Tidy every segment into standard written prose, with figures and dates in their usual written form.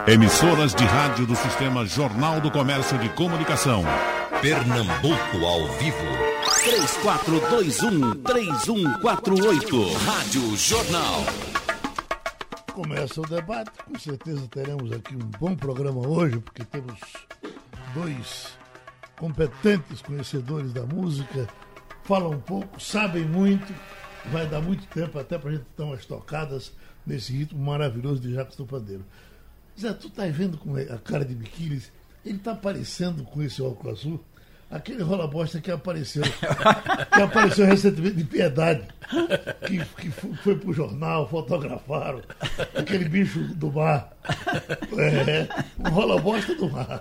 Emissoras de rádio do Sistema Jornal do Comércio de Comunicação. Pernambuco ao vivo. 3421-3148. Rádio Jornal. Começa o debate, com certeza teremos aqui um bom programa hoje, porque temos dois competentes conhecedores da música, falam um pouco, sabem muito, vai dar muito tempo até pra gente dar umas tocadas nesse ritmo maravilhoso de Jackson Pandeiro. Zé, tu tá vendo com a cara de biquíni? Ele tá aparecendo com esse óculos azul, aquele rola-bosta que apareceu recentemente de Piedade, que foi pro jornal, fotografaram, aquele bicho do mar, um rola-bosta do mar.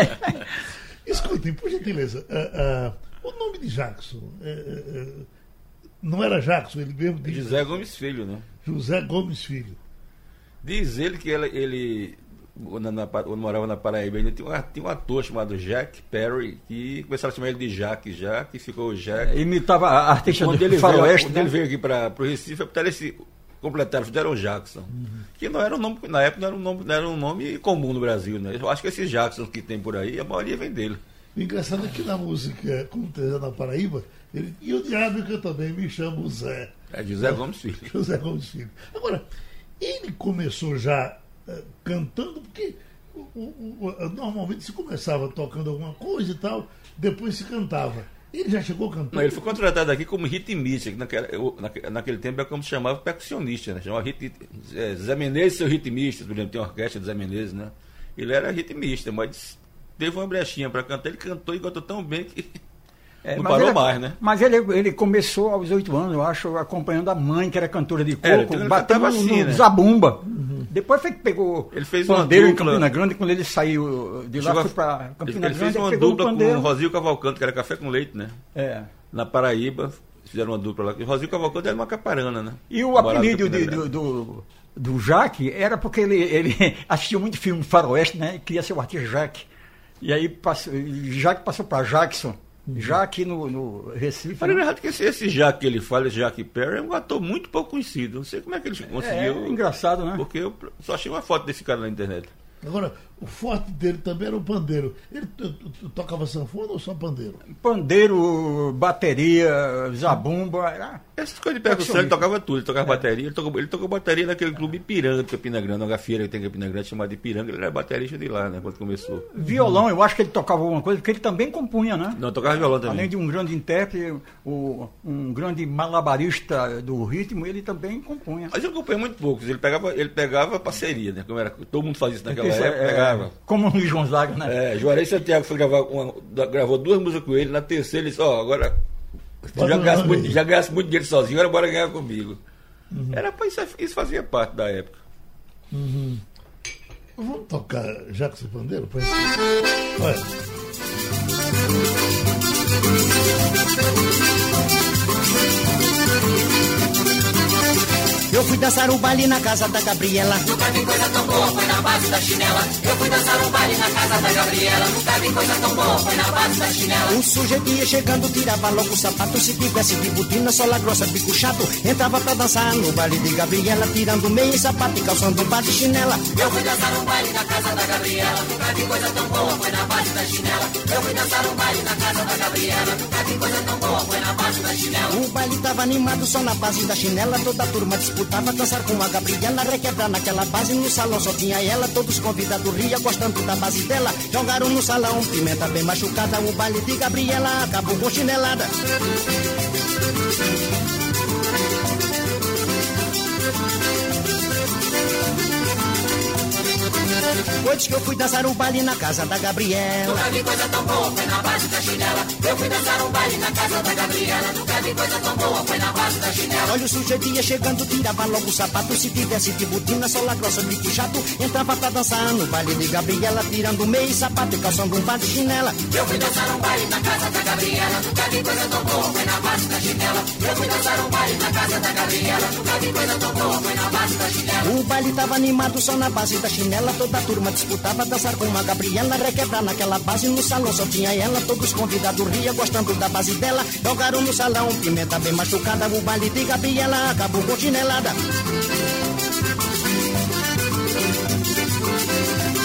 Escutem, por gentileza, o nome de Jackson, não era Jackson, ele mesmo disse. José Gomes Filho, né? José Gomes Filho. Diz ele que ele quando morava na Paraíba, ele tinha um ator chamado Jack Perry, que começaram a chamar ele de Jack, e ficou Jack. Imitava a artista do faroeste. Quando ele veio aqui para o Recife, completaram, fizeram Jackson. Que não era um nome, na época não era um nome comum no Brasil, né? Eu acho que esses Jackson que tem por aí, a maioria vem dele. O engraçado é que na música, como tem na Paraíba, e o diabo que eu também me chamo Zé. É José Gomes Filho. José Gomes Filho. Agora, ele começou já cantando, porque normalmente se começava tocando alguma coisa e tal, depois se cantava. Ele já chegou cantando? Não, ele foi contratado aqui como ritmista, que naquele tempo é como se chamava percussionista, né? Chamava Zé Menezes, seu ritmista, por exemplo, tem uma orquestra de Zé Menezes, né? Ele era ritmista, mas teve uma brechinha para cantar, ele cantou e cantou tão bem que não parou mais, né? Mas ele começou aos 8 anos, eu acho, acompanhando a mãe, que era cantora de coco, batendo assim, no zabumba. Depois foi que pegou ele fez pandeiro uma em Campina Grande, quando ele saiu de lá, foi para Campina Grande. Ele fez uma dupla com o Rosil Cavalcante, que era café com leite, né? Na Paraíba, fizeram uma dupla lá. O Rosil Cavalcante era uma caparana, né? E o apelido do Jack era porque ele assistiu muito filme faroeste, né? E queria ser o artista Jack. E aí Jack passou para Jackson. Já aqui no Recife. Mas é errado que esse Jack que ele fala, esse Jack Perry, é um ator muito pouco conhecido. Não sei como é que ele conseguiu. É engraçado, né? Porque eu só achei uma foto desse cara na internet. Agora, o forte dele também era o pandeiro. Ele tocava sanfona ou só pandeiro? Pandeiro, bateria, zabumba. Essas coisas de percussão, ele tocava tudo. Ele tocava bateria. Ele tocou bateria naquele clube Ipiranga de Campina Grande, uma feira que tem em Campina Grande chamada Ipiranga. Ele era baterista de lá, né? Quando começou. Violão, eu acho que ele tocava alguma coisa, porque ele também compunha, né? Não, tocava violão também. Além de um grande intérprete, um grande malabarista do ritmo, ele também compunha. Mas ele compunha muito poucos. Ele pegava parceria, né? Como era, todo mundo fazia isso naquela época, pegava. Como o Luiz Gonzaga, né? Juarez Santiago foi gravou 2 músicas com ele, na terceira ele disse, agora já gasto muito dinheiro sozinho, agora bora ganhar comigo. Era para isso fazia parte da época. Vamos tocar Jackson Pandeiro? Olha. Eu fui dançar um baile na casa da Gabriela. Nunca vi coisa tão boa, foi na base da chinela. Eu fui dançar um baile na casa da Gabriela. Nunca vi coisa tão boa, foi na base da chinela. Um sujeito ia chegando, tirava logo o sapato. Se tivesse de botina, sola grossa, bico chato. Entrava pra dançar no baile de Gabriela, tirando meia e sapato e calçando um par de chinela. Eu fui dançar um baile na casa da Gabriela. Nunca vi coisa tão boa, foi na base da chinela. Eu fui dançar um baile na casa da Gabriela. Nunca vi coisa tão boa, foi na base da chinela. O baile tava animado só na base da chinela. Toda a turma disputava dançar com a Gabriela, requebrar naquela base. No salão só tinha ela, todos convidados ria, gostando da base dela. Jogaram no salão pimenta bem machucada. O baile de Gabriela acabou com chinelada. Hoje que eu fui dançar um baile na casa da Gabriela. Nunca vi coisa tão boa, foi na base da chinela. Eu fui dançar um baile na casa da Gabriela. Nunca vi coisa tão boa, foi na base da chinela. Olha o sujeito ia chegando, tirava logo o sapato. Se tivesse de botina, sola grossa, bico chato. Entrava pra dançar no baile de Gabriela, tirando meio sapato e calçando um par de chinela. Eu fui dançar um baile na casa da Gabriela. Nunca vi coisa tão boa, foi na base da chinela. Eu fui dançar um baile na casa da Gabriela. Nunca vi coisa tão boa, foi na base da chinela. O baile tava animado só na base da chinela. Toda a turma disputava dançar com a Gabriela, requebrar naquela base. No salão só tinha ela, todos convidados ria, gostando da base dela. Jogaram no salão pimenta bem machucada. O baile de Gabriela acabou com chinelada.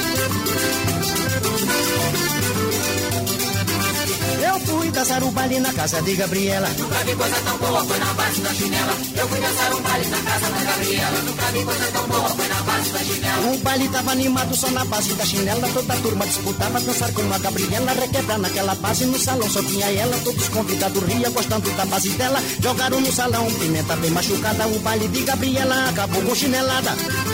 baile na casa de Gabriela. Nunca vi coisa tão boa, foi na base da chinela. Eu fui dançar um baile na casa da Gabriela. Nunca vi coisa tão boa, foi na base da chinela. O baile tava animado só na base da chinela. Toda a turma disputava dançar com a Gabriela. Requebrar naquela base, no salão só tinha ela. Todos convidados riam, gostando da base dela. Jogaram no salão, pimenta bem machucada. O baile de Gabriela acabou com chinelada.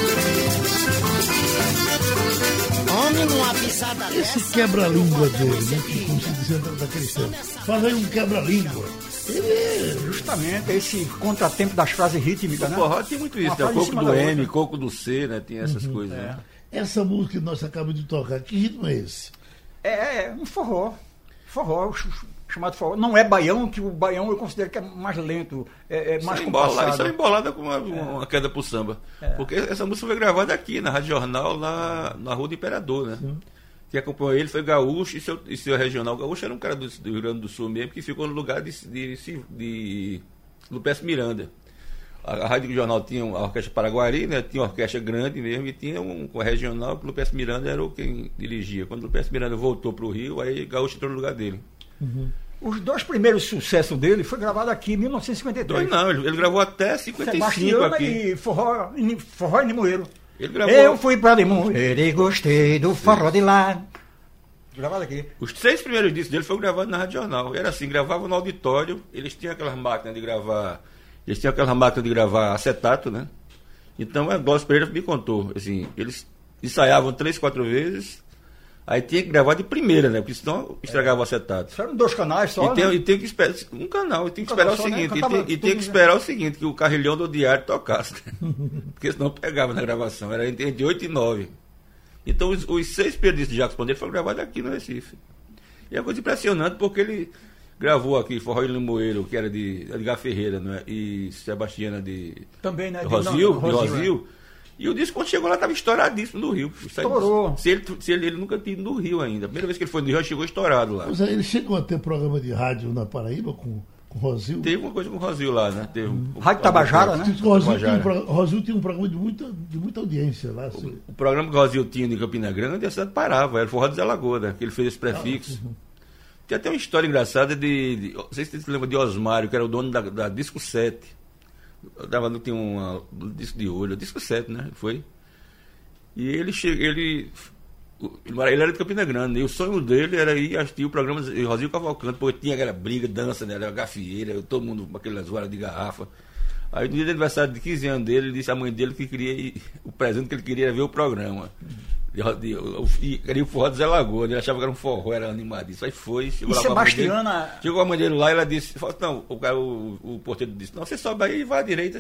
Homem numa pisada. Esse quebra-língua dele, né? Que como se dizia daqueles tempos. Fala aí um quebra-língua. Justamente esse contratempo das frases rítmicas, né? O forró tem muito isso, né? Coco do M, coco do C, né? Tem essas coisas. Né? Essa música que nós acabamos de tocar, que ritmo é esse? É um forró. Forró, chamado forró. Não é baião, que o baião eu considero que é mais lento, mais compassado. Isso é embolada com uma queda pro samba. Porque essa música foi gravada aqui, na Rádio Jornal, na Rua do Imperador, né? Sim. Que acompanhou ele foi Gaúcho e seu regional. Gaúcho era um cara do Rio Grande do Sul mesmo, que ficou no lugar de Lupécio Miranda. A Rádio Jornal tinha a Orquestra Paraguari, né? Tinha uma orquestra grande mesmo, e tinha um regional que o Lupécio Miranda era quem dirigia. Quando o Lupécio Miranda voltou para o Rio, aí Gaúcho entrou no lugar dele. Uhum. Os dois primeiros sucessos dele foi gravado aqui em 1952. Não, ele gravou até 55 Sebastiana aqui. E Forró e Limoeiro. Ele gravou... Eu fui pra Limoeiro e gostei do forró de lá. Gravado aqui. Os 6 primeiros discos dele foram gravados na Rádio Jornal. Era assim, gravavam no auditório, eles tinham aquelas máquinas de gravar acetato, né? Então a Glória Pereira me contou, assim, eles ensaiavam 3, 4 vezes, aí tinha que gravar de primeira, né? Porque senão estragava o acetato. Eram 2 canais só, e tem que esperar um canal, e tem que esperar o seguinte, tem que esperar o seguinte, que o carrilhão do diário tocasse, né? Porque senão pegava na gravação, era entre 8 e 9. Então os 6 primeiros de Jacques Pandeiro foram gravados aqui no Recife. E é uma coisa impressionante, porque ele gravou aqui Forró e Limoeiro, que era de Edgar Ferreira, né? E Sebastiana também, né? Rosil. E o disco, quando chegou lá, estava estouradíssimo no Rio. Estourou. Se ele nunca tinha ido no Rio ainda. A primeira vez que ele foi no Rio, ele chegou estourado lá. Mas ele chegou a ter programa de rádio na Paraíba com Rosil? Teve uma coisa com o Rosil lá, né? Rádio Tabajara, né? Rosil tinha um programa de muita audiência lá. Assim. O programa que o Rosil tinha em Campina Grande, a cidade parava. Era o Forró de Alagoas, né? Que ele fez esse prefixo. Tem até uma história engraçada não sei se você se lembra de Osmário, que era o dono da Disco 7. Tinha um disco de olho, Disco 7, né? Foi. E ele era de Campina Grande, e o sonho dele era ir assistir o programa de Rosil Cavalcante, porque tinha aquela briga, dança, né? Era gafieira, todo mundo com aquelas varas de garrafa. Aí no dia do aniversário de 15 anos dele, ele disse à mãe dele que queria ir, o presente que ele queria era ver o programa. Queria o Forró de Zé Lagoa, ele achava que era um forró, era animadíssimo. Aí foi, chegou lá Sebastiana... Chegou a mãe dele lá e ela disse, não, o porteiro disse, não, você sobe aí e vai à direita,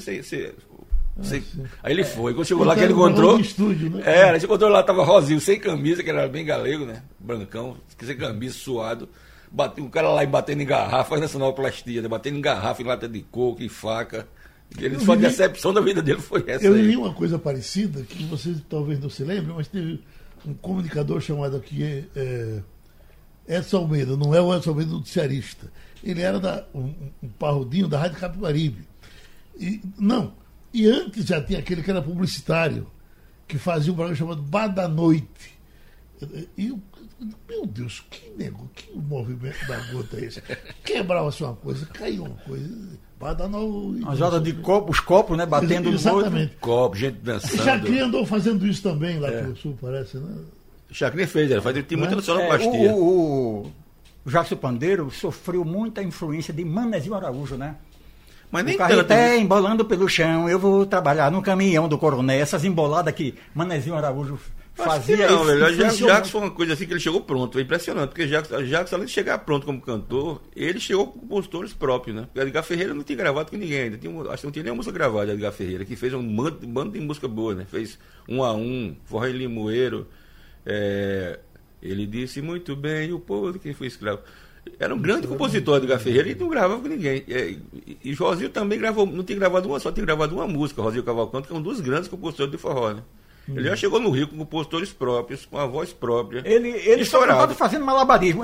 Aí ele foi, quando chegou lá que ele encontrou. Estúdio, né? Ele encontrou lá, tava Rosil, sem camisa, que era bem galego, né? Brancão, sem camisa, suado. O cara lá e batendo em garrafa, fazendo sonoplastia, né? Batendo em garrafa, em lata de coco, em faca. Só a decepção da vida dele foi essa. Eu li uma coisa parecida, que vocês talvez não se lembrem, mas teve um comunicador chamado aqui Edson Almeida, não é o Edson Almeida do noticiarista. Ele era um parrudinho da Rádio Capibaribe. E antes já tinha aquele que era publicitário, que fazia um programa chamado Bar da Noite. E meu Deus, que movimento da gota é esse? Quebrava-se uma coisa, caía uma coisa. Bar da Noite. As horas de os copos, né? Batendo exatamente. No copo, gente dançando. Chacrinha andou fazendo isso também lá pelo Sul, parece, né? Chacrinha fez, tinha muita sonoplastia. O Jackson Pandeiro sofreu muita influência de Manezinho Araújo, né? Mas nem tanto. Embolando pelo chão, eu vou trabalhar no caminhão do Coronel. Essas emboladas que Manezinho Araújo fazia. Não, velho. Jacques foi uma coisa assim que ele chegou pronto. Foi impressionante, porque Jacques, além de chegar pronto como cantor, ele chegou com compositores próprios, né? Porque Edgar Ferreira não tinha gravado com ninguém ainda. Acho que não tinha nenhuma música gravada, Edgar Ferreira, que fez um bando de música boa, né? Fez 1 a 1, Forró e Limoeiro. Ele disse muito bem, o povo de quem foi escravo. Era um grande compositor, Edgar Ferreira, e não gravava com ninguém. E Rosil também não tinha gravado só tinha gravado uma música, Rosil Cavalcante, que é um dos grandes compositores de forró, né? Ele já chegou no Rio com compositores próprios, com a voz própria. Ele só estava fazendo malabarismo.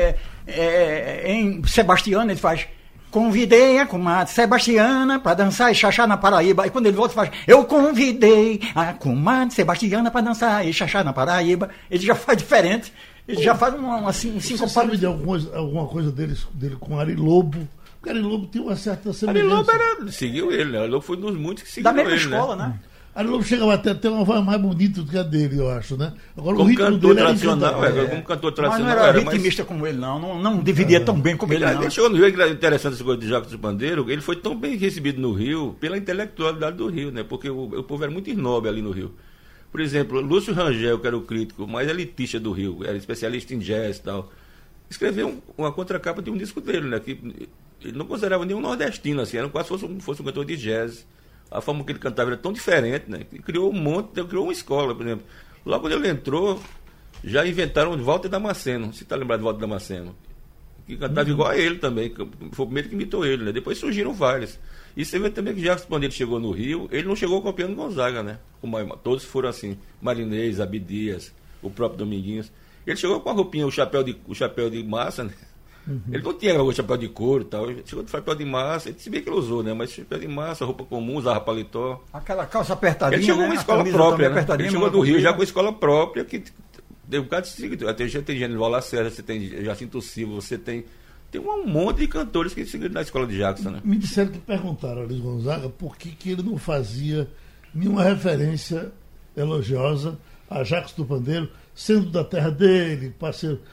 Em Sebastiana, ele faz: convidei a comadre Sebastiana para dançar e chachá na Paraíba. E quando ele volta, faz: eu convidei a comadre Sebastiana para dançar e chachá na Paraíba. Ele já faz diferente. Ele já faz um Você sabe de alguma coisa dele com Ari Lobo? Porque Ari Lobo tem uma certa semelhança. Ari Lobo seguiu ele, né? Ari Lobo foi um dos muitos que seguiu da mesma ele, escola, né? Ari Lobo chegava até a ter uma voz mais bonita do que a dele, eu acho, né? Agora, como o ritmo cantor dele tradicional, como cantor tradicional. Mas não era ritmista como ele, não dividia tão bem como ele, não. Ele chegou no Rio, é interessante essa coisa de Jacques do Pandeiro, ele foi tão bem recebido no Rio pela intelectualidade do Rio, né? Porque o povo era muito snob ali no Rio. Por exemplo, Lúcio Rangel, que era o crítico mais elitista do Rio, era especialista em jazz e tal, escreveu uma contracapa de um disco dele, né? Que ele não considerava nenhum nordestino, assim, era quase fosse um cantor de jazz. A forma que ele cantava era tão diferente, né? Que criou criou uma escola, por exemplo. Logo quando ele entrou, já inventaram o Walter Damasceno. Você está lembrado do Walter Damasceno? Que cantava igual a ele também, que foi o primeiro que imitou ele, né? Depois surgiram vários. E você vê também que Jacques, quando ele chegou no Rio, ele não chegou copiando Gonzaga, né? Todos foram assim, Marinês, Abdias, o próprio Dominguinhos. Ele chegou com a roupinha, o chapéu de massa, né? Ele não tinha o chapéu de couro e tal. Ele chegou de chapéu de massa, ele se bem que ele usou, né? Mas chapéu de massa, roupa comum, usava paletó. Aquela calça apertadinha, ele chegou com uma escola própria, né? Ele chegou do Rio já com uma escola própria, que tem um bocado de seguidor. Até já tem Gênesis Lacerda, você tem Jacinto Silva, você tem um monte de cantores que seguiram na escola de Jackson, né? Me disseram que perguntaram a Luiz Gonzaga por que ele não fazia nenhuma referência elogiosa a Jacques do Pandeiro, sendo da terra dele, parceiro.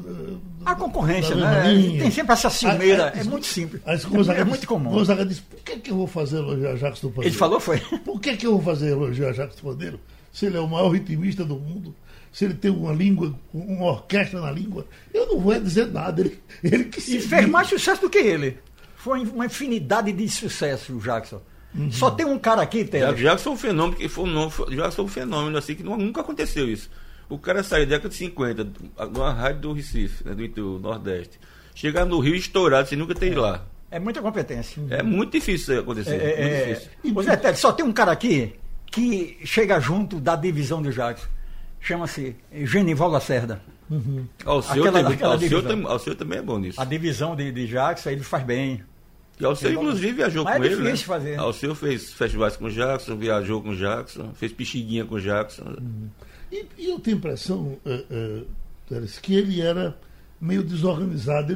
A concorrência, né? Tem sempre essa ciumeira, é muito simples. É muito comum. Gonzaga disse: por que eu vou fazer elogio a Jacques do Pandeiro? Ele falou, foi? Por que eu vou fazer elogio a Jacques do Pandeiro? Se ele é o maior ritmista do mundo, se ele tem uma língua, uma orquestra na língua, eu não vou dizer nada. Ele que se. E fez mais sucesso do que ele. Foi uma infinidade de sucesso, o Jackson. Só tem um cara aqui, Télio. Jackson é um fenômeno assim que nunca aconteceu isso. O cara saiu da década de 50, numa rádio do Recife, né, do Nordeste, chegar no Rio estourado, sem nunca ter ido lá. É muita competência. É muito difícil isso acontecer. Muito difícil. Ô Zé Télio, só tem um cara aqui que chega junto da divisão do Jackson. Chama-se Genival Lacerda. Alceu também é bom nisso. A divisão de Jackson, ele faz bem. E Alceu, inclusive, viajou com ele, né? Fazer. Alceu fez festivais com o Jackson, viajou com o Jackson, fez pixiguinha com o Jackson. E eu tenho a impressão, que ele era meio desorganizado.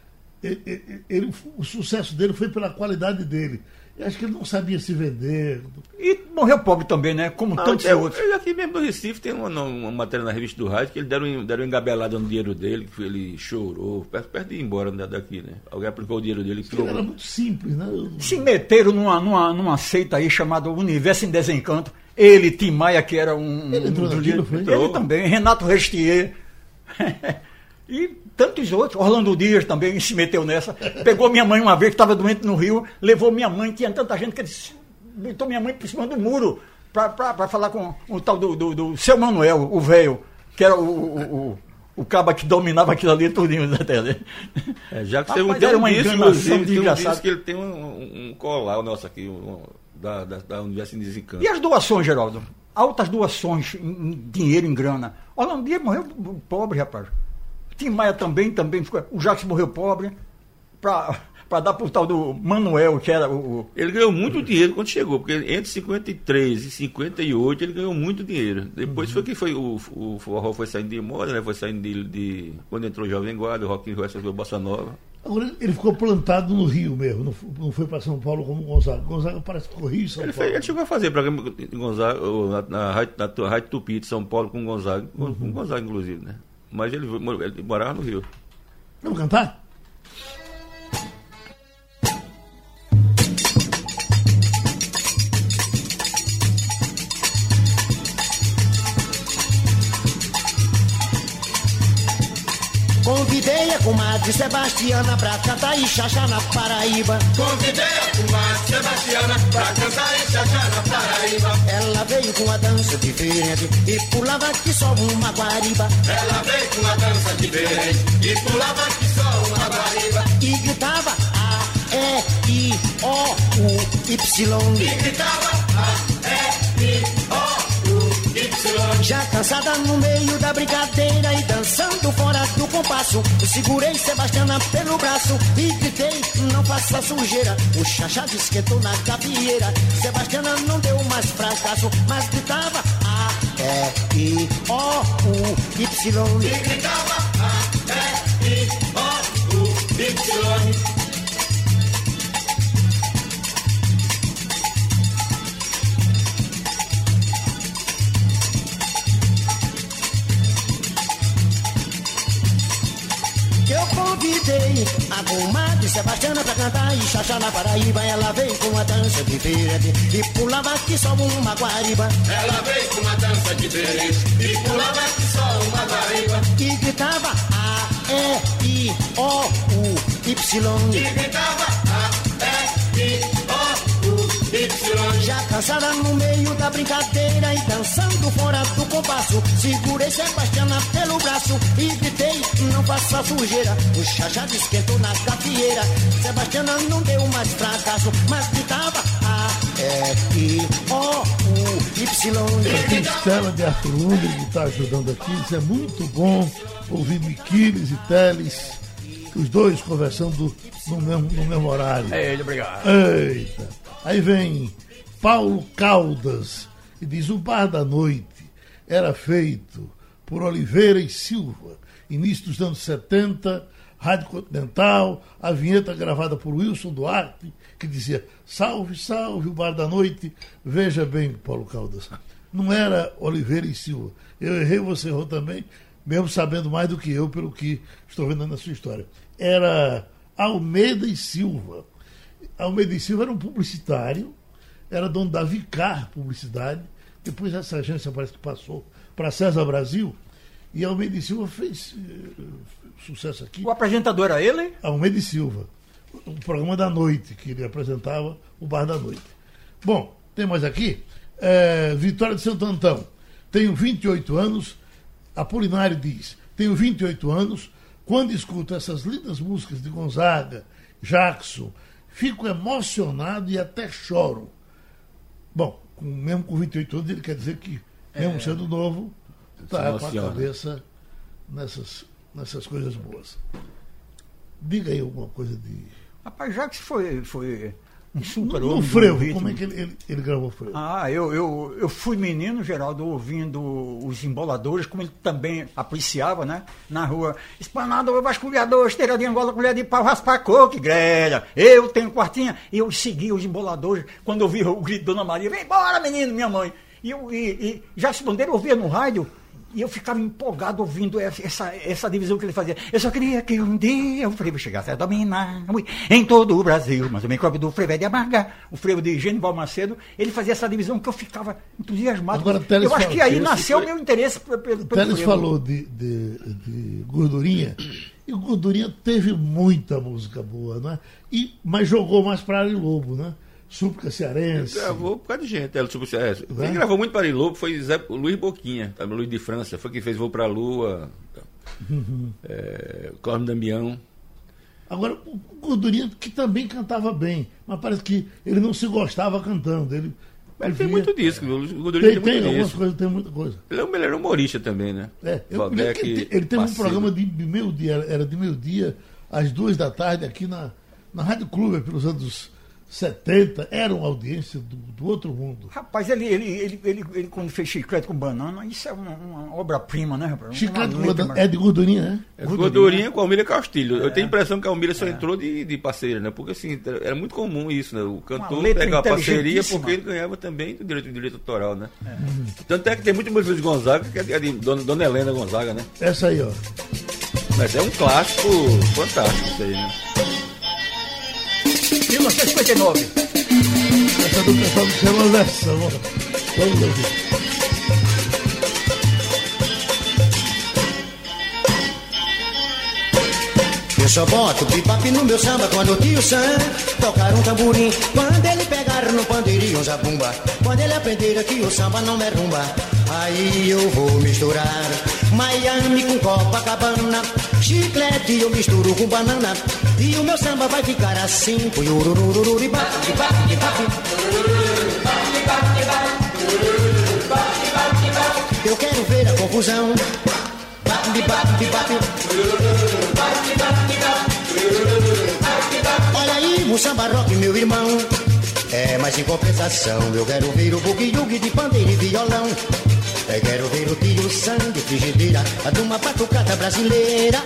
O sucesso dele foi pela qualidade dele. Eu acho que ele não sabia se vender. E morreu pobre também, né? Como tantos outros. Ele aqui mesmo no Recife tem uma matéria na revista do rádio que ele deram uma engabelada no dinheiro dele, que ele chorou, perto de ir embora daqui, né? Alguém aplicou o dinheiro dele. Ele era muito simples, né? Se meteram numa seita aí chamada Universo em Desencanto. Ele, Tim Maia, que era ele entrou naquilo, foi? Ele também, Renato Restier. E tantos outros. Orlando Dias também se meteu nessa. Pegou minha mãe uma vez, que estava doente no Rio, levou minha mãe, tinha tanta gente que ele botou minha mãe por cima do muro para falar com o tal do seu Manuel, o velho, que era o caba que dominava aquilo ali tudinho na tela. Já que você tem uma enganação desgraçada. Que ele tem um colar nosso aqui, da Universo em Desencanto. E as doações, Geraldo? Altas doações em dinheiro, em grana. Orlando Dias morreu pobre, rapaz. Tim Maia também ficou. O Jackson morreu pobre para dar pro tal do Manuel, que era o. Ele ganhou muito dinheiro quando chegou, porque entre 53 e 58 ele ganhou muito dinheiro. Depois foi o forró foi saindo de moda, né? Foi saindo de quando entrou o Jovem Guarda, o Rock and Roll, foi Bossa Nova. Agora ele ficou plantado no Rio mesmo, não foi para São Paulo como Gonzaga. Gonzaga parece que ficou Rio e São Paulo. Ele chegou a fazer programa em Gonzaga, na Rádio Tupi de São Paulo com Gonzaga, com Gonzaga inclusive, né? Mas ele morava no Rio. Vamos cantar? Convidei a comadre Sebastiana pra cantar e chachar na Paraíba. Convidei a comadre Sebastiana pra cantar e chachar na Paraíba. Ela veio com a dança diferente e pulava que só uma guariba. Ela veio com a dança diferente e pulava que só uma guariba. E gritava A, E, I, O, U, Y. E gritava A, E, I, O, U, Y. Já cansada no meio da brincadeira e dançando fora do compasso, eu segurei Sebastiana pelo braço e gritei, não faça sujeira. O chachado esquentou na gavieira, Sebastiana não deu mais fracasso, mas gritava A, E, I, O, U, Y. E gritava A-E-I-O-U-Y. Eu convidei a comadre Sebastiana pra cantar e xaxá na Paraíba. Ela veio com uma dança diferente e pulava que só uma guariba. Ela veio com uma dança diferente e pulava que só uma guariba. E gritava A-E-I-O-U-Y. E gritava A-E-I-O-U-Y. Já cansada no meio da brincadeira e dançando fora do compasso, segurei Sebastiana pelo braço e gritei, não faça sujeira. O xaxá esquentou na gafieira. Sebastiana não deu mais fracasso, mas gritava A-E-I-O-U-Y. Aqui Estela de Arthur Lundgren que está ajudando aqui. Isso é muito bom ouvir Miquiles e Teles, os dois conversando no mesmo horário. Obrigado. Eita. Aí vem Paulo Caldas e diz: o Bar da Noite era feito por Oliveira e Silva, início dos anos 70, Rádio Continental, a vinheta gravada por Wilson Duarte, que dizia: salve, salve o Bar da Noite. Veja bem, Paulo Caldas, não era Oliveira e Silva. Eu errei, você errou também, mesmo sabendo mais do que eu, pelo que estou vendo na sua história. Era Almeida e Silva. Almeida e Silva era um publicitário, era dono da Vicar Publicidade, depois essa agência parece que passou para César Brasil, e Almeida e Silva fez sucesso aqui. O apresentador era ele? Almeida e Silva, o programa da noite, que ele apresentava, o Bar da Noite. Bom, tem mais aqui, Vitória de Santo Antão, tenho 28 anos, Apolinário diz, tenho 28 anos, quando escuto essas lindas músicas de Gonzaga, Jackson, fico emocionado e até choro. Bom, mesmo com 28 anos, ele quer dizer que, mesmo sendo novo, está com a cabeça nessas coisas boas. Diga aí alguma coisa de... Rapaz, Jackson foi um super no homem. frevo, como é que ele gravou o frevo? Eu fui menino, Geraldo, ouvindo os emboladores, como ele também apreciava, né? Na rua, espanador, vasculhador, esteira de Angola, colher de pau, raspar coco, grelha, eu tenho quartinha. E eu segui os emboladores, quando eu vi o grito de Dona Maria, vem embora, menino, minha mãe. E já se bandeira eu ouvia no rádio, e eu ficava empolgado ouvindo essa divisão que ele fazia. Eu só queria que um dia o frevo chegasse a dominar em todo o Brasil. Mas o micróbio do frevo é de amargar. O frevo de Genival Macedo, ele fazia essa divisão que eu ficava entusiasmado. Agora, eu acho que aí nasceu o meu interesse pelo Teles frevo. falou de Gordurinha, e o Gordurinha teve muita música boa, né? Mas jogou mais para Ari Lobo, né? Súplica Cearense. Ele gravou por causa de gente. Quem gravou muito para Ari Lobo foi Luiz Boquinha, Luiz de França, foi quem fez Voo para a Lua, Cosme Damião. Agora, o Gordurinha, que também cantava bem, mas parece que ele não se gostava cantando. Ele tem muito disso. O Gordurinha tem muito algumas disso. coisas, tem muita coisa. Ele é o melhor humorista também, né? Ele teve um programa de meio-dia, era de meio-dia às 2h aqui na Rádio Clube, pelos anos 70, era uma audiência do outro mundo. Rapaz, ele quando fez Chiclete com Banana, isso é uma obra-prima, né, rapaz? Chiclete com Banana é de Gordurinha, né? É Gordurinha com a Almília Castilho. Eu tenho a impressão que a Almília só entrou de parceira, né? Porque assim, era muito comum isso, né? O cantor pegava a parceria porque ele ganhava também do direito autoral, né? Tanto é que tem muita música de Gonzaga, que é de Dona Helena Gonzaga, né? Essa aí, ó. Mas é um clássico fantástico isso aí, né? 1959. Essa do pessoal que chama versão. Vamos ouvir. Eu só boto pipape no meu samba quando o tio Sam tocar um tamborim. Quando ele pegar no pandeirinho zabumba, quando ele aprender que o samba não é rumba, aí eu vou misturar Miami com Copacabana, chiclete eu misturo com banana, e o meu samba vai ficar assim. Eu quero ver a confusão. Olha aí o samba rock, meu irmão. Mas em compensação eu quero ver o bugue-yugue de pandeiro e violão. Quero ver o tio Sam de frigideira, de uma batucada brasileira.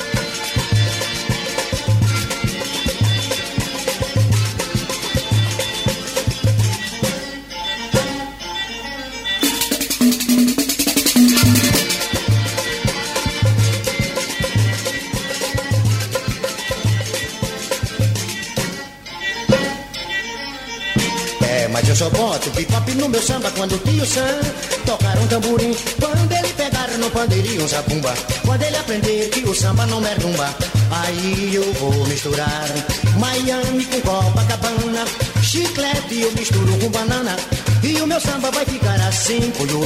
Mas eu só boto bebop no meu samba quando o tio Sam tocar um tamborim. Quando ele pegar no pandeirinho um zabumba, quando ele aprender que o samba não é rumba, aí eu vou misturar Miami com Copacabana, chiclete eu misturo com banana, e o meu samba vai ficar assim.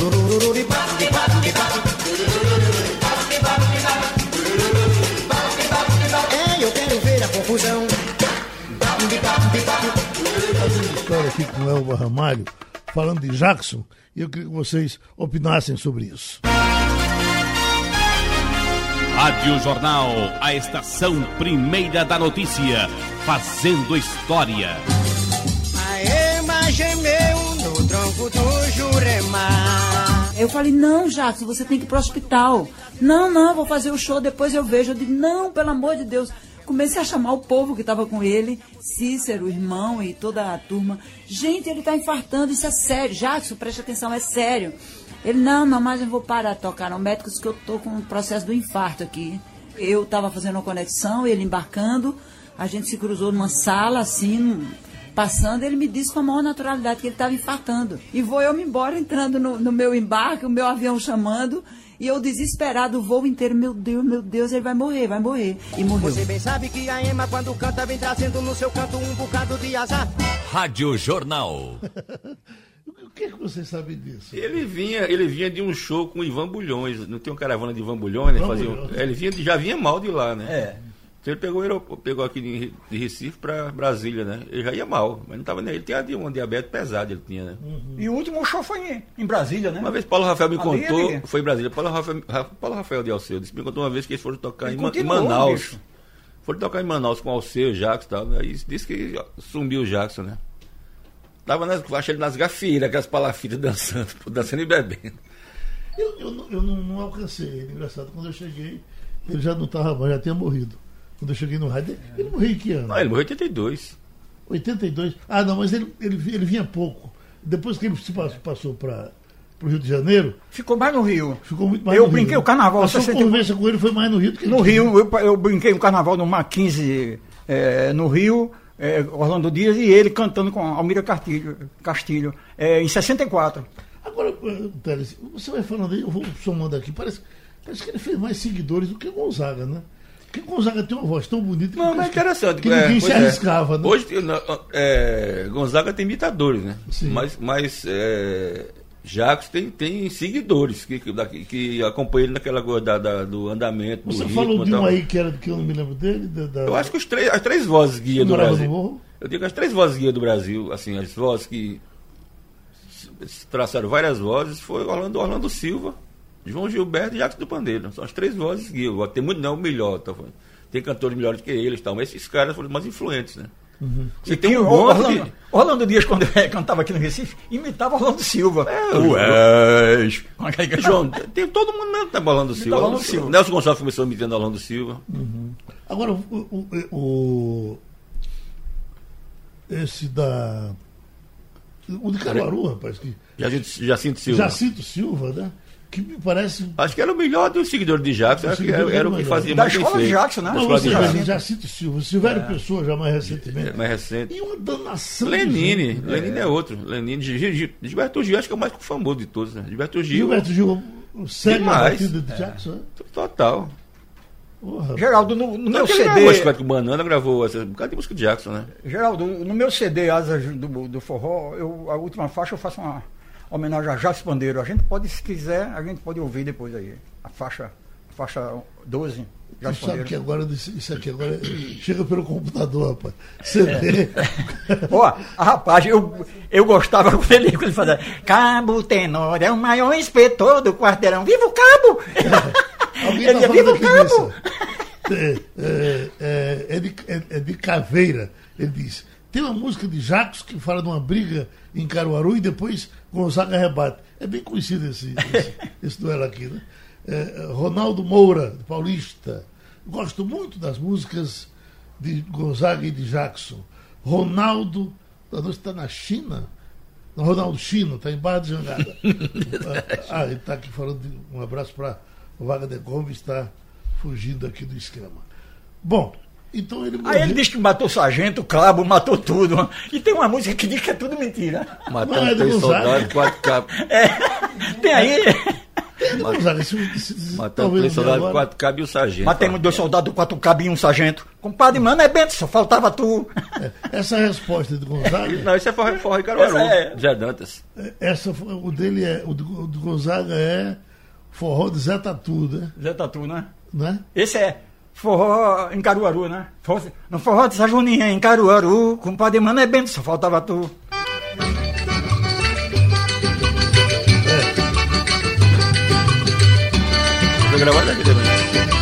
É, eu quero ver a confusão. História aqui com o Elba Ramalho, falando de Jackson, e eu queria que vocês opinassem sobre isso. Rádio Jornal, a estação primeira da notícia, fazendo história. Aê, mas gemeu no tronco do Jurema. Eu falei, não, Jackson, você tem que ir pro hospital. Não, vou fazer o show, depois eu vejo. Eu disse, não, pelo amor de Deus. Comecei a chamar o povo que estava com ele, Cícero, o irmão e toda a turma. Gente, ele está infartando, isso é sério. Jackson, preste atenção, é sério. Ele, não, mas eu vou parar de tocar. Não, médicos, que eu estou com o processo do infarto aqui. Eu estava fazendo uma conexão, ele embarcando, a gente se cruzou numa sala, assim, passando, ele me disse com a maior naturalidade que ele estava infartando. E vou eu me embora, entrando no meu embarque, o meu avião chamando, e eu desesperado, o voo inteiro, meu Deus, ele vai morrer. E morreu. Você bem sabe que a Ema, quando canta, vem trazendo no seu canto um bocado de azar. Rádio Jornal. O que vocês sabem disso? Ele vinha de um show com o Ivan Bulhões. Não tem uma caravana de Ivan Bulhões, né? Ele já vinha mal de lá, né? É. Então ele pegou aqui de Recife para Brasília, né? Ele já ia mal, mas não estava nem. Ele tinha um diabetes pesado, ele tinha, né? E o último show foi em Brasília, né? Uma vez Paulo Rafael me contou, foi em Brasília. Paulo Rafael de Alceu me contou uma vez que eles foram tocar em Manaus. Bicho. Foram tocar em Manaus com o Alceu, Jackson e tal. Aí disse que sumiu o Jackson, né? Achei ele nas gafieiras, aquelas palafitas dançando e bebendo. Eu não alcancei ele. Engraçado, quando eu cheguei, ele já não estava, já tinha morrido. Quando eu cheguei no rádio, ele morreu em que ano? Não, ele morreu em 82. 82? Ah, não, mas ele vinha pouco. Depois que ele se passou para o Rio de Janeiro... Ficou mais no Rio. Ficou muito mais no Rio. Eu brinquei o carnaval... A sua conversa com ele foi mais no Rio do que no Rio. Eu brinquei o carnaval no Mar 15, no Rio, Orlando Dias, e ele cantando com Almira Castilho, em 64. Agora, Teles, você vai falando aí, eu vou somando aqui, parece que ele fez mais seguidores do que o Gonzaga, né? Porque o Gonzaga tem uma voz tão bonita mas interessante, que ninguém se arriscava, né? Hoje, Gonzaga tem imitadores, né? Sim. Mas Jackson tem seguidores que acompanham ele naquela coisa do andamento. Você do falou ritmo, de um aí que eu não me lembro dele? Eu acho que as três vozes guia do Brasil. Eu digo as três vozes guia do Brasil, assim, as vozes que traçaram várias vozes, foi Orlando Silva, João Gilberto e Jackson do Pandeiro. São as três vozes guia. Tem muito não, o melhor. Tá? Tem cantores melhores que eles, tal, mas esses caras foram mais influentes, né? Uhum. E tem Orlando Dias, quando cantava aqui no Recife, imitava Orlando Silva. João, tem todo mundo mesmo que tá Orlando Silva. Nelson Gonçalves começou imitando Orlando Silva. Uhum. Agora, o de Caruaru, rapaz, que Jacinto Silva, né? Que me parece... Acho que era o melhor dos seguidores de Jackson, era o que fazia mais bem feito. Da escola de Jackson, né? Não, Jacinto Silva, Silvério Pessoa, já mais recentemente. Mais recente. E uma danação. Lenine é outro. Lenine, Gilberto Gil, acho que é o mais famoso de todos, né? Gilberto Gil segue a batida de Jackson, né? Total. Porra. Geraldo, no meu CD... Gravou com Banana, gravou um bocado de música de Jackson, né? Geraldo, no meu CD Asas do Forró, a última faixa eu faço uma homenagem a Jackson Pandeiro. A gente pode, se quiser, a gente pode ouvir depois aí. A faixa 12. Você sabe que agora, isso aqui agora chega pelo computador, rapaz. CD. Rapaz, eu gostava quando ele fazia Cabo Tenório é o maior inspetor do quarteirão. Viva o Cabo! Alguém ele tá viva o Cabo! É de Caveira. Ele diz, tem uma música de Jackson que fala de uma briga em Caruaru e depois Gonzaga rebate. É bem conhecido esse duelo aqui, né? Ronaldo Moura, Paulista. Gosto muito das músicas de Gonzaga e de Jackson. Ronaldo, a noite está na China. Não, Ronaldo Chino, está em Barra de Jangada. Ele está aqui falando um abraço para o Wagner Gomes, está fugindo aqui do esquema. Bom, então ele morreu. Aí ele diz que matou o sargento, o cabo, matou tudo. E tem uma música que diz que é tudo mentira. Matando 3 soldados, 4 cabos. Tem aí. Matando 3 soldados, 4 cabos e o sargento. Matemos 2 soldados, 4 cabos e um sargento. Compadre, mano, é Bento, só faltava tu. Essa resposta de Gonzaga. Não, isso é forró e Caruaru. Zé Dantas. O dele o do Gonzaga é forró de Zé Tatu, né? Zé Tatu, né? Não é? Esse é forró em Caruaru, né? No forró de Sajoninha em Caruaru, compadre, mano, é Bento, só faltava tu. Gravado aqui também.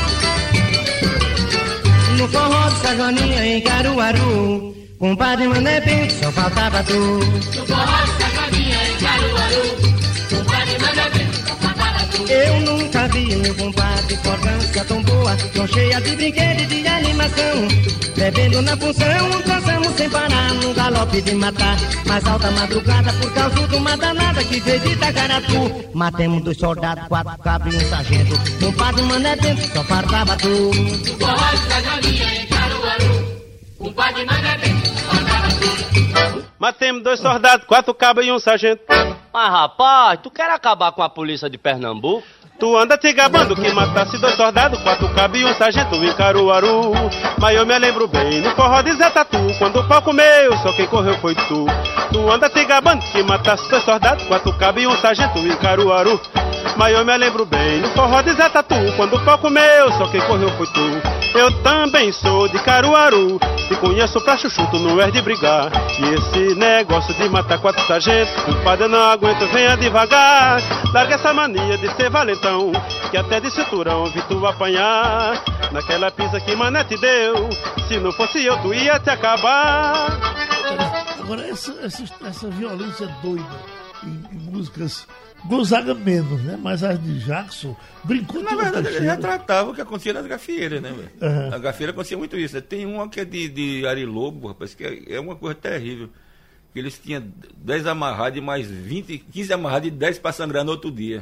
No forró de Sajoninha em Caruaru, compadre Mané Bento, só faltava tu. No forró de Sajoninha em Caruaru, compadre Mané Bento, só faltava tu. Eu nunca vi meu compadre portância tão boa, tão cheia de brinquedos e de animação. Bebendo na função, dançamos sem parar, num galope de matar. Mais alta madrugada por causa de uma danada que veio de Itacaratu. Matemos 2 soldados, 4 cabos e um sargento. Compadre Mané Bento, só faltava tu. No forró de Sajoninha em Caruaru, compadre Mané Bento, só faltava tu. Matemos 2 soldados, 4 cabos e um sargento. Mas rapaz, tu quer acabar com a polícia de Pernambuco? Tu anda te gabando que matasse 2 soldados, 4 cabos e um sargento em Caruaru. Mas eu me lembro bem, no forró de Zé Tatu, quando o pau comeu, só quem correu foi tu. Tu anda te gabando que matasse 2 soldados, 4 cabos e um sargento em Caruaru. Mas eu me lembro bem, no forró de Zé Tatu, quando o pau comeu, só quem correu foi tu. Eu também sou de Caruaru, te conheço pra chuchu, tu não és de brigar. E esse negócio de matar 4 sargentos, compadre, eu não aguento, venha devagar. Larga essa mania de ser valentão, que até de cinturão vi tu apanhar. Naquela pisa que Mané te deu, se não fosse eu, tu ia te acabar. Agora, essa violência doida em músicas, Gonzaga menos, né? Mas as de Jackson brincou. Na verdade, ele retratava o que acontecia nas gafieiras, né, velho? Uhum. Na gafieira acontecia muito isso, né? Tem uma que é de Ari Lobo, rapaz, que é uma coisa terrível. Que eles tinham 10 amarrados e mais 15 amarrados e 10 para sangrar no outro dia.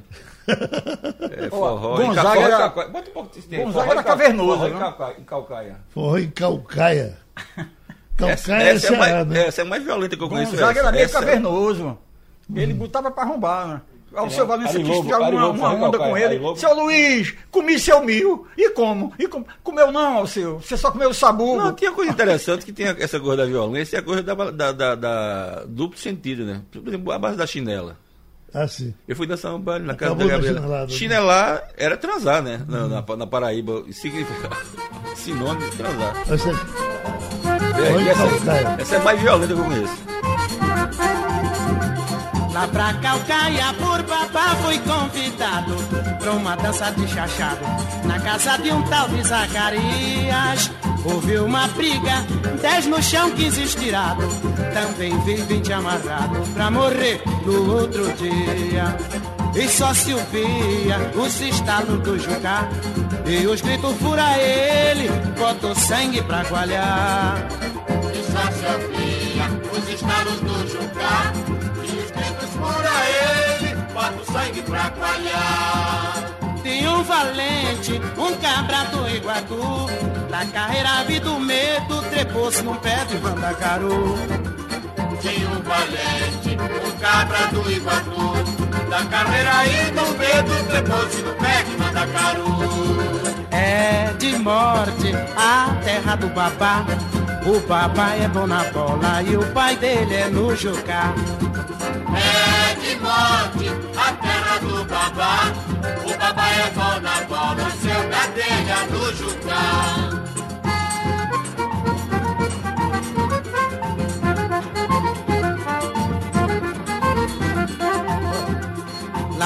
Forró. Gonzaga era... Bota um pouco de tempo. Gonzaga era cavernoso. Forró em Calcaia. Forró em Calcaia. Essa é a mais violenta que eu conheço. Gonzaga era meio cavernoso. Ele botava para arrombar, né? O seu Valença quis tirar uma onda com ele. Seu Luiz, comi seu mil. E como? Comeu não, seu? Você só comeu o sabugo. Não, tinha coisa interessante que tem essa coisa da violência e a coisa da duplo sentido, né? Por exemplo, a base da chinela. Ah, sim. Eu fui dançar um baile na casa da Gabriela. Chinelar era transar, né? Na Paraíba. Sinônimo de transar. Essa é mais violenta que eu conheço. Lá pra Calcaia, por papá, fui convidado pra uma dança de chachado na casa de um tal de Zacarias. Houve uma briga, 10 no chão, 15 estirado. Também vi 20 amarrado pra morrer no outro dia. E só se ouvia os estalos do Jucá e os gritos fura ele, bota o sangue pra coalhar. E só se ouvia os estalos do Jucá e os gritos fura ele, bota o sangue pra coalhar. Tinha um valente, um cabra do Iguatu, da carreira vi do medo, trepou-se num pé de Mandacaru. Tinha um valente, um cabra do Iguatu, da carreira e do medo, trepou-se no pé de Mandacaru. É de morte a terra do babá, o babá é bom na bola e o pai dele é no Jucá. É de morte a terra do babá, o babá é bom na bola, o seu gadelha no Jucá.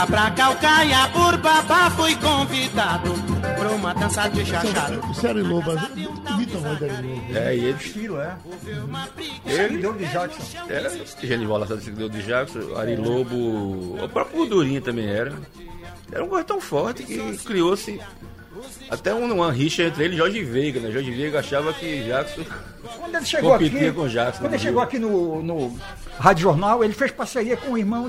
Lá pra Calcaia, por babá, fui convidado pra uma dança de chachado. O Ari Lobo, muito bonita a voz do Ari Lobo. É, e ele. Estilo, é. Ele de Jackson. Era Genival Lacerda, seguidor de Jackson, Ari Lobo, o próprio Gordurinha também era. Era um gosto tão forte que criou-se até uma rixa entre ele e Jorge Veiga, né? Jorge Veiga achava que Jackson quando ele chegou competia aqui, com Jackson. Quando ele chegou aqui no Rádio Jornal, ele fez parceria com o irmão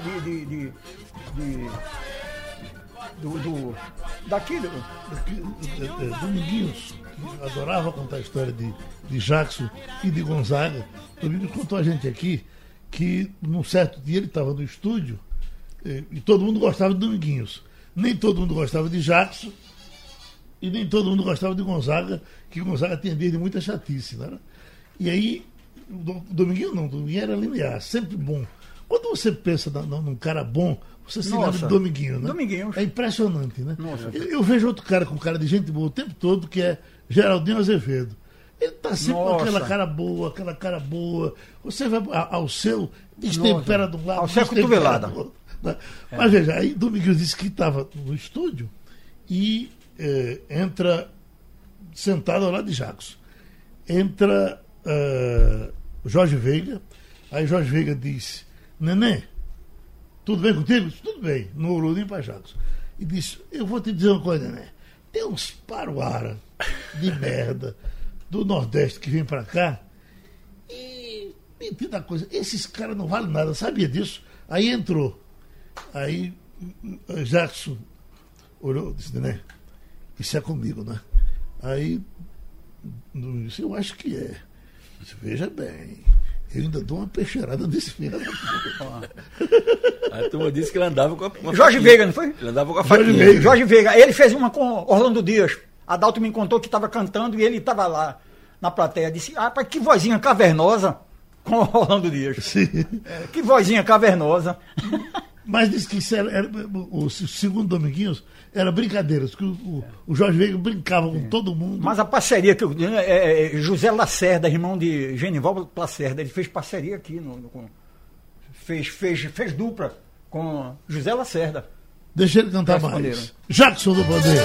Dominguinhos, que adorava contar a história de Jackson e de Gonzaga. Dominguinhos contou a gente aqui que num certo dia ele estava no estúdio e todo mundo gostava de Dominguinhos. Nem todo mundo gostava de Jackson e nem todo mundo gostava de Gonzaga, que Gonzaga tinha desde muita chatice, né? E aí, o Dominguinho era linear, sempre bom. Quando você pensa num cara bom, você se lembra de Dominguinho, né? Dominguinho. É impressionante, né? Nossa. Eu vejo outro cara com cara de gente boa o tempo todo, que é Geraldinho Azevedo. Ele tá sempre com aquela cara boa. Você vai ao seu, destempera de um lado, ao seu cotovelada. Do outro, né? Mas veja, aí Dominguinho disse que estava no estúdio e entra sentado ao lado de Jackson. Entra Jorge Veiga. Aí Jorge Veiga disse: Neném, tudo bem contigo? Disse, tudo bem. No olhinho para Jackson. E disse: eu vou te dizer uma coisa, Neném. Tem uns paruara de merda do Nordeste que vem para cá e me entenda a coisa, esses caras não valem nada, sabia disso? Aí entrou. Aí Jackson olhou e disse: Neném, isso é comigo, né? Aí disse: eu acho que é. Disse, veja bem, eu ainda dou uma peixeirada desse filho. A turma disse que ele andava com a Jorge Veiga, não foi? Ele andava com a faquinha. Jorge Veiga. Ele fez uma com Orlando Dias. Adalto me contou que estava cantando e ele estava lá na plateia. Disse: rapaz, que vozinha cavernosa com Orlando Dias. Sim. Que vozinha cavernosa. Mas disse que isso era o segundo Dominguinhos, era brincadeiras, que o Jorge Veiga brincava com todo mundo. Mas a parceria que José Lacerda, irmão de Genival Lacerda, ele fez parceria aqui, fez dupla com José Lacerda. Deixa ele cantar mais. Bandeira. Jackson do Bandeira.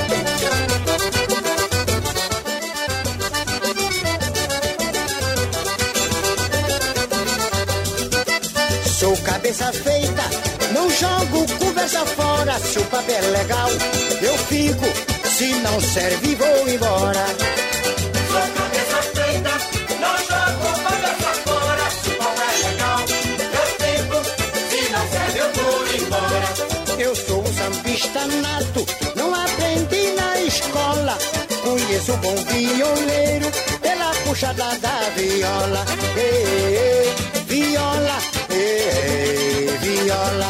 Sou cabeça feita, não jogo conversa fora. Se o papel é legal, eu fico. Se não serve, vou embora. Sou cabeça feita, não jogo conversa fora. Se o papel é legal, eu fico. Se não serve, eu vou embora. Eu sou um sambista nato, não aprendi na escola. Conheço um bom violeiro pela puxada da viola. Viola, viola.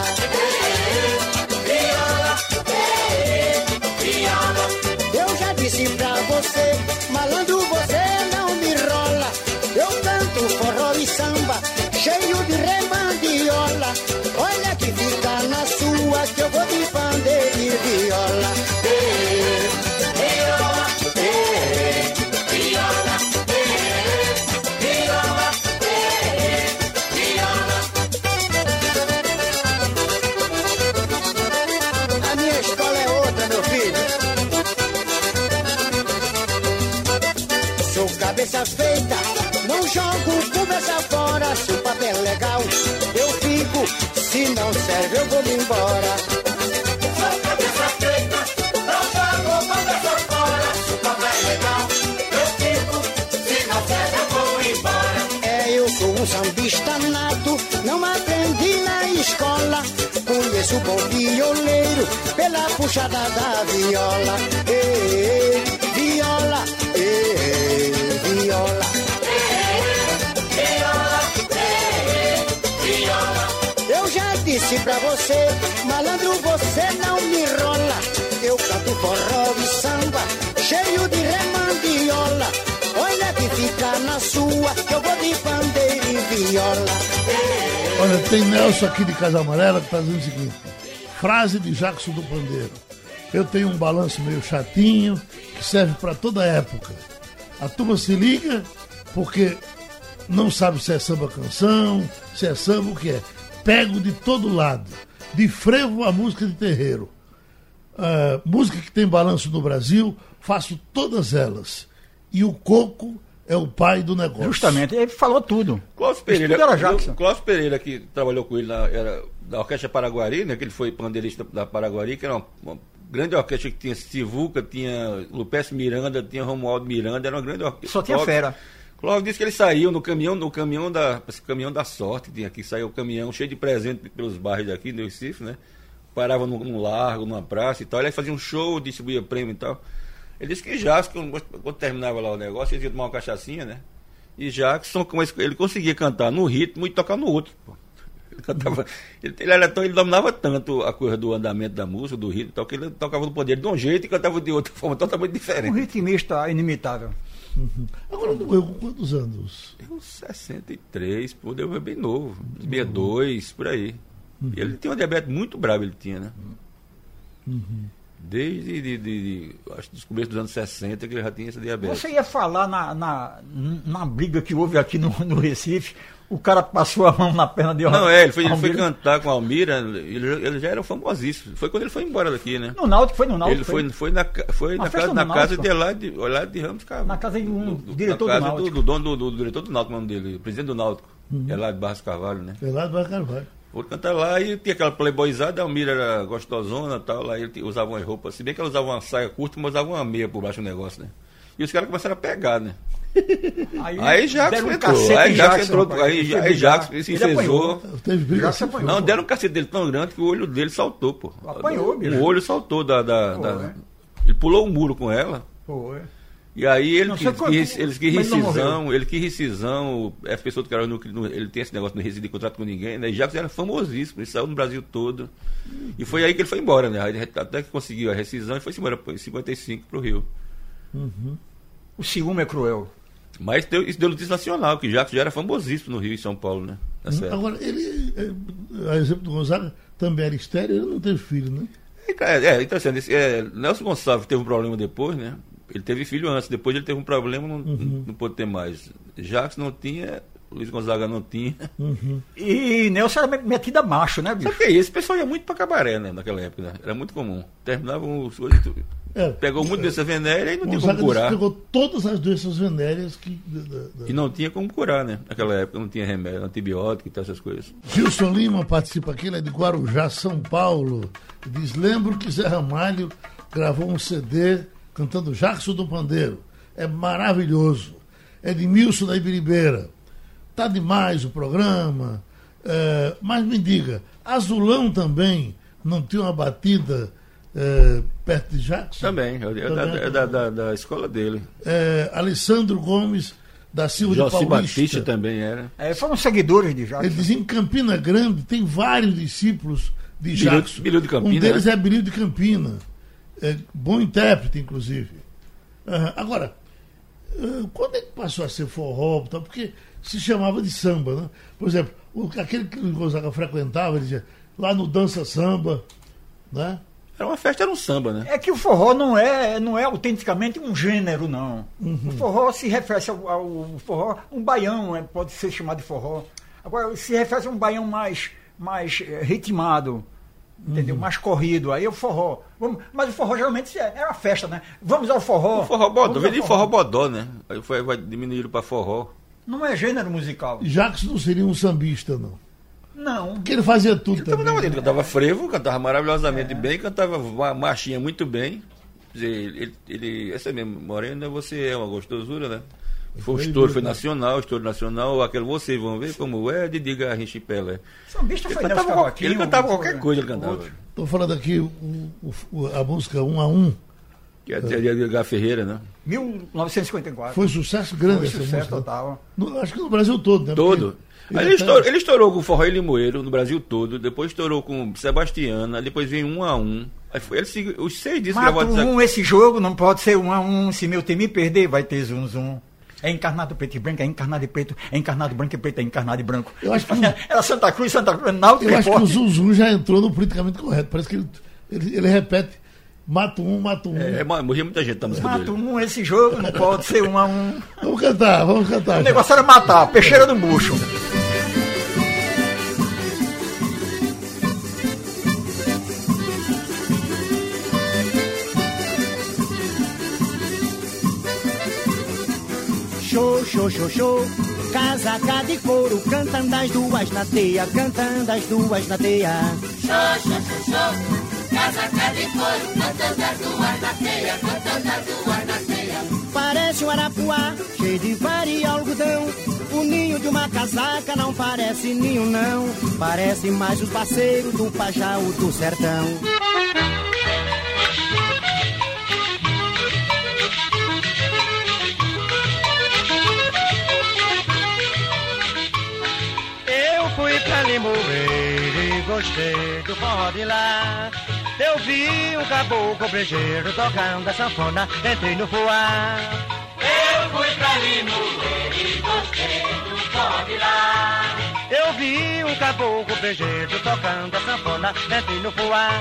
Eu já disse pra você, malandro, você não me rola. Eu canto forró e samba, cheio de remandiola. Olha que fica na sua, que eu vou de pandeiro e viola. Viola, viola, viola, viola. A minha escola é outra, meu filho. Sou cabeça feita, não jogo conversa fora. Se o papel é legal, eu fico. Se não serve, eu vou me embora. Sou cabeça feita, não jogo conversa fora. Se o papel é legal, eu fico. Se não serve, eu vou embora. Eu sou um sambista nato, não aprendi na escola. Conheço o bom violeiro pela puxada da viola. Viola, viola. Eu já disse pra você, malandro, você não me rola. Eu canto forró e samba, cheio de remandiola. Olha que fica na sua, que eu vou de pandeiro e viola. Olha, tem Nelson aqui de Casa Amarela que está dizendo o seguinte: frase de Jackson do Pandeiro. Eu tenho um balanço meio chatinho, que serve para toda época. A turma se liga porque não sabe se é samba canção, se é samba o que é. Pego de todo lado. De frevo a música de terreiro. Música que tem balanço no Brasil, faço todas elas. E o coco é o pai do negócio. Justamente, ele falou tudo. Cláudio Pereira, que trabalhou com ele era da Orquestra Paraguari, né, que ele foi pandeirista da Paraguari, que era uma grande orquestra que tinha Sivuca, tinha Lupécio Miranda, tinha Romualdo Miranda, era uma grande orquestra. Só tinha fera. Cláudio disse que ele saiu no caminhão da sorte, tinha aqui, saiu o caminhão cheio de presente pelos bairros daqui, no Recife, né? Parava num largo, numa praça e tal, ele fazia um show, distribuía prêmio e tal. Ele disse que Jackson, quando terminava lá o negócio, eles iam tomar uma cachaçinha, né? E Jackson, ele conseguia cantar no ritmo e tocar no outro, pô. Ele cantava, ele dominava tanto a coisa do andamento da música, do ritmo e tal, que ele tocava no poder de um jeito e cantava de outra forma totalmente diferente. Um ritmista inimitável. Uhum. Agora morreu com quantos anos? Eu 63, pô, deu bem novo, 62, por aí. Uhum. Ele tinha uma diabetes muito brava, ele tinha, né? Uhum. Desde acho que dos começos dos anos 60 que ele já tinha essa diabetes. Você ia falar na briga que houve aqui no Recife, o cara passou a mão na perna de Não, ele foi cantar com a Almira, ele já era famosíssimo. Foi quando ele foi embora daqui, né? No Náutico, foi no Náutico? Ele foi na casa de Olá de Ramos Carvalho. Na casa do diretor do Náutico. Do dono do diretor do Náutico, o nome dele, presidente do Náutico. Elá de Barros Carvalho, né? Elá de Barros Carvalho. Vou cantar lá e tinha aquela playboyzada, a Almira era gostosona e tal, lá ele usava umas roupas, se bem que ela usava uma saia curta, mas usava uma meia por baixo do negócio, né? E os caras começaram a pegar, né? Aí Jackson entrou, aí Jackson se enfesou. Não, deram um cacete dele tão grande que o olho dele saltou, pô. Apanhou, bicho. O olho saltou ele pulou o muro com ela. Foi. E aí ele quis rescisão, as pessoas que eram ele tem esse negócio de não rescindir contrato com ninguém, né? E Jackson era famosíssimo, ele saiu no Brasil todo. E foi aí que ele foi embora, né? Até que conseguiu a rescisão e foi embora em 55 pro Rio. Uhum. O ciúme é cruel. Mas isso deu notícia nacional, que Jackson já era famosíssimo no Rio e São Paulo, né? Agora, ele, a exemplo do Gonzaga, também era estéril, ele não teve filho, né? Então assim, Nelson Gonçalves teve um problema depois, né? Ele teve filho antes, depois ele teve um problema, não pôde ter mais. Jackson não tinha, Luiz Gonzaga não tinha. Uhum. E Nelson era metido a macho, né, bicho? Sabe o que é isso? Esse pessoal ia muito pra cabaré, né, naquela época, né? Era muito comum. Terminavam os coisas. Pegou muito doença venérea e não tinha como curar. Pegou todas as doenças venéreas que. E não tinha como curar, né? Naquela época não tinha remédio, antibiótico e tal, essas coisas. Gilson Lima participa aqui, ele é de Guarujá, São Paulo. Diz: lembro que Zé Ramalho gravou um CD cantando Jackson do Pandeiro. É maravilhoso. Edmilson da Ibiribeira. Tá demais o programa. Mas me diga, Azulão também não tinha uma batida perto de Jackson? Também, da escola dele. Alessandro Gomes da Silva de Paulista. Batista também era. Foram seguidores de Jackson. Ele diz: em Campina Grande tem vários discípulos de Jackson. Bilio de Campina, um deles é Bilio de Campina. Bom intérprete, inclusive. Agora, quando é que passou a ser forró? Porque se chamava de samba, né? Por exemplo, aquele que o Gonzaga frequentava, ele dizia, lá no Dança Samba, né? Era uma festa, era um samba, né? É que o forró não é autenticamente um gênero, não. Uhum. O forró se refere ao forró, um baião pode ser chamado de forró. Agora, se refere a um baião mais ritmado, entendeu? Mais corrido, aí é o forró. Mas o forró geralmente é uma festa, né? Vamos ao forró. O forró bodó, veio de forró bodó, né? Aí vai diminuir para forró. Não é gênero musical. Jackson não seria um sambista, não. Não. Porque ele fazia tudo também. Ele cantava frevo, cantava maravilhosamente bem, cantava uma marchinha muito bem. Essa mesmo, Morena, você é uma gostosura, né? Foi o estouro nacional, aquele vocês vão ver como é de Garrincha e Pelé. Sambista foi ele cantava qualquer coisa, ele cantava. Estou falando aqui a música 1 a 1. Que é de H. Ferreira, né? 1954. Foi sucesso grande essa música. Total. Acho que no Brasil todo, né? Todo. Ele estourou com Forró e Limoeiro no Brasil todo, depois estourou com Sebastiana, depois veio 1 a 1. Os 6 discos gravados. Esse jogo não pode ser 1 a 1. Se meu time perder, vai ter zum zum. É encarnado preto e branco, é encarnado de preto, é encarnado branco e preto, é encarnado de branco. Eu acho que era Santa Cruz, Náutico. Eu acho que o zum zum já entrou no politicamente correto. Parece que ele repete. Mato um. Morria muita gente na música dele. Mato um, esse jogo não pode ser 1 a 1. Vamos cantar. O negócio era matar, peixeira do bucho. show, show, show, show. Casaca de couro, cantando as duas na teia, cantando as duas na teia. Show, show, show, show. Casaca de couro, cantando as duas na teia, cantando as duas na teia. Parece um arapuá, cheio de varia e algodão. O ninho de uma casaca não parece ninho não. Parece mais os parceiros do Pajau do sertão. Eu fui pra Limoeiro e gostei do forró de lá. Eu vi um caboclo brejeiro tocando a sanfona, entrei no voar. Eu fui pra Limoeiro e gostei do forró de lá. Eu vi um caboclo brejeiro tocando a sanfona, entrei no voar.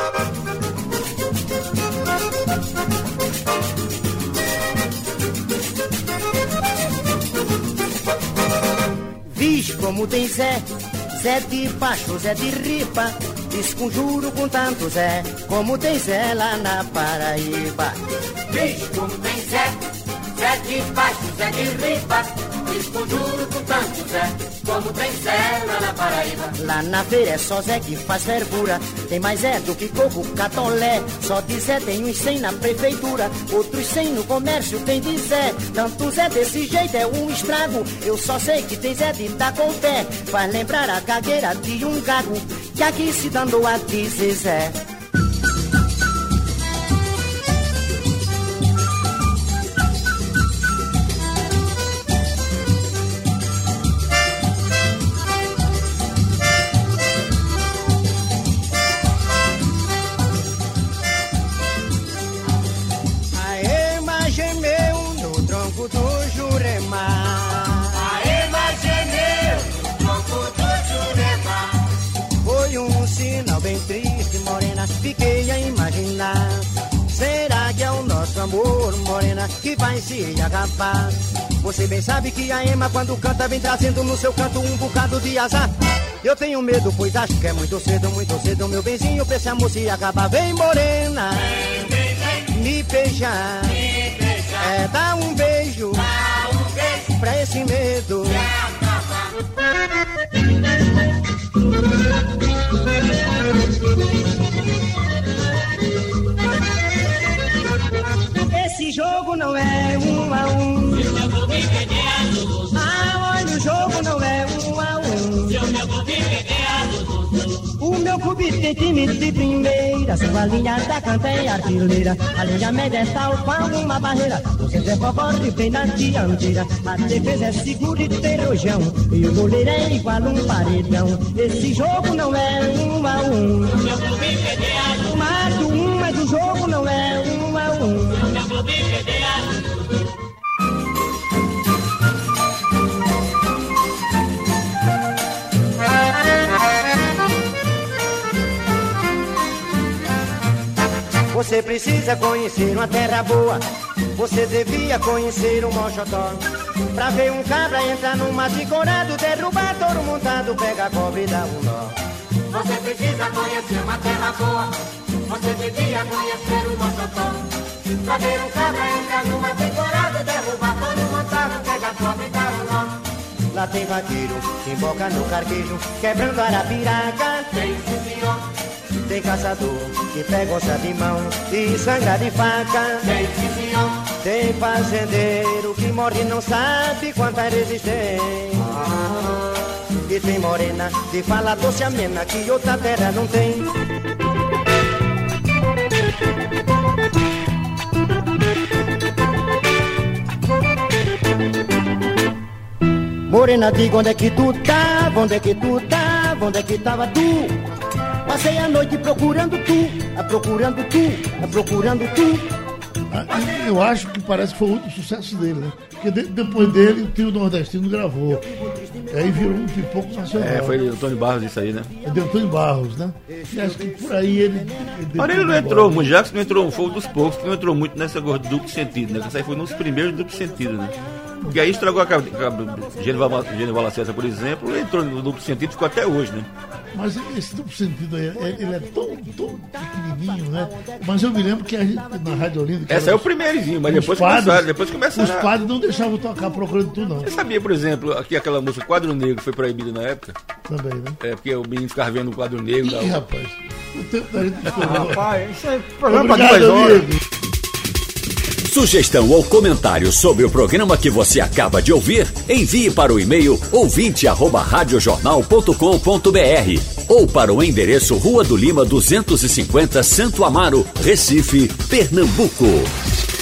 Vixe como tem Zé, Zé de baixo, Zé de ripa. Desconjuro com tanto Zé, como tem Zé lá na Paraíba. Vixe como tem Zé, Zé de baixo, Zé de ripa. Desconjuro com tanto Zé, como tem Zé lá na Paraíba. Lá na feira é só Zé que faz fervura. Tem mais Zé do que coco, catolé. Só de Zé tem uns 100 na prefeitura, outros 100 no comércio tem de Zé. Tanto Zé desse jeito é um estrago. Eu só sei que tem Zé de dar com o pé. Faz lembrar a gagueira de um gago que aqui se dando a dizer Zé. Fiquei a imaginar, será que é o nosso amor, morena, que vai se acabar? Você bem sabe que a Ema quando canta vem trazendo no seu canto um bocado de azar. Eu tenho medo, pois acho que é muito cedo, meu benzinho, pra esse amor se acabar. Vem morena, me beijar, é dar um beijo, pra esse medo. Esse jogo não é 1 a 1. Se eu me vou me perder a luz. Ah, olha, o jogo não é 1 a 1. Se eu me vou me perder a luz. O meu clube tem time de primeira. Sua linha da canta é artilheira. A linha média é tal qual uma barreira. O centro é forte bem na dianteira. A defesa é segura e tem rojão. E o goleiro é igual um paredão. Esse jogo não é 1 a 1. Se eu me vou me perder a luz. Mais do 1, mas o jogo não é 1 a 1. Se eu me vou me perder a luz. Você precisa conhecer uma terra boa. Você devia conhecer o Mochotó. Pra ver um cabra entrar num mato encorado, derrubar touro montado, pega a cobra e dá um nó. Você precisa conhecer uma terra boa. Você devia conhecer o Mochotó. Pra ver um cabra entrar numa temporada, derrubar todo montado, pega a cobra e dá um nó. Lá tem vaqueiro que emboca no carquejo, quebrando arapiraca. Tem sim, senhor. Tem caçador que pega onça de mão e sangra de faca. Tem sim, senhor. Tem fazendeiro que morre e não sabe quantas vezes tem. E tem morena que fala doce amena que outra terra não tem. Morena, diga onde é que tu tava, onde é que tu tava, onde é que tava tu? Passei a noite procurando tu, procurando tu, procurando tu. Eu acho que parece que foi outro sucesso dele, né? Porque depois dele o trio nordestino gravou. Aí virou um pipoco nacional. É, foi o Antônio Barros isso aí, né? É de Antônio Barros, né? E acho que por aí ele Mas ele não entrou, o Jackson não entrou, foi um dos poucos que não entrou muito nessa duplo sentido, né? Isso aí foi nos primeiros duplo sentido, né? Porque aí estragou a Genival Lacerda, por exemplo, entrou no duplo sentido e ficou até hoje, né? Mas esse duplo sentido aí, ele é tão pequenininho, né? Mas eu me lembro que a gente, na Rádio Olinda... Essa é o primeirinho, mas depois começaram. Os padres não deixavam tocar Procurando Tu, não. Você sabia, por exemplo, que aquela música Quadro Negro foi proibida na época? Também, né? É, porque o menino ficava vendo o quadro negro. Ih, rapaz, o tempo da gente estourou. Rapaz, isso é programa para 2 horas. Sugestão ou comentário sobre o programa que você acaba de ouvir, envie para o e-mail ouvinte@radiojornal.com.br ou para o endereço Rua do Lima 250, Santo Amaro, Recife, Pernambuco.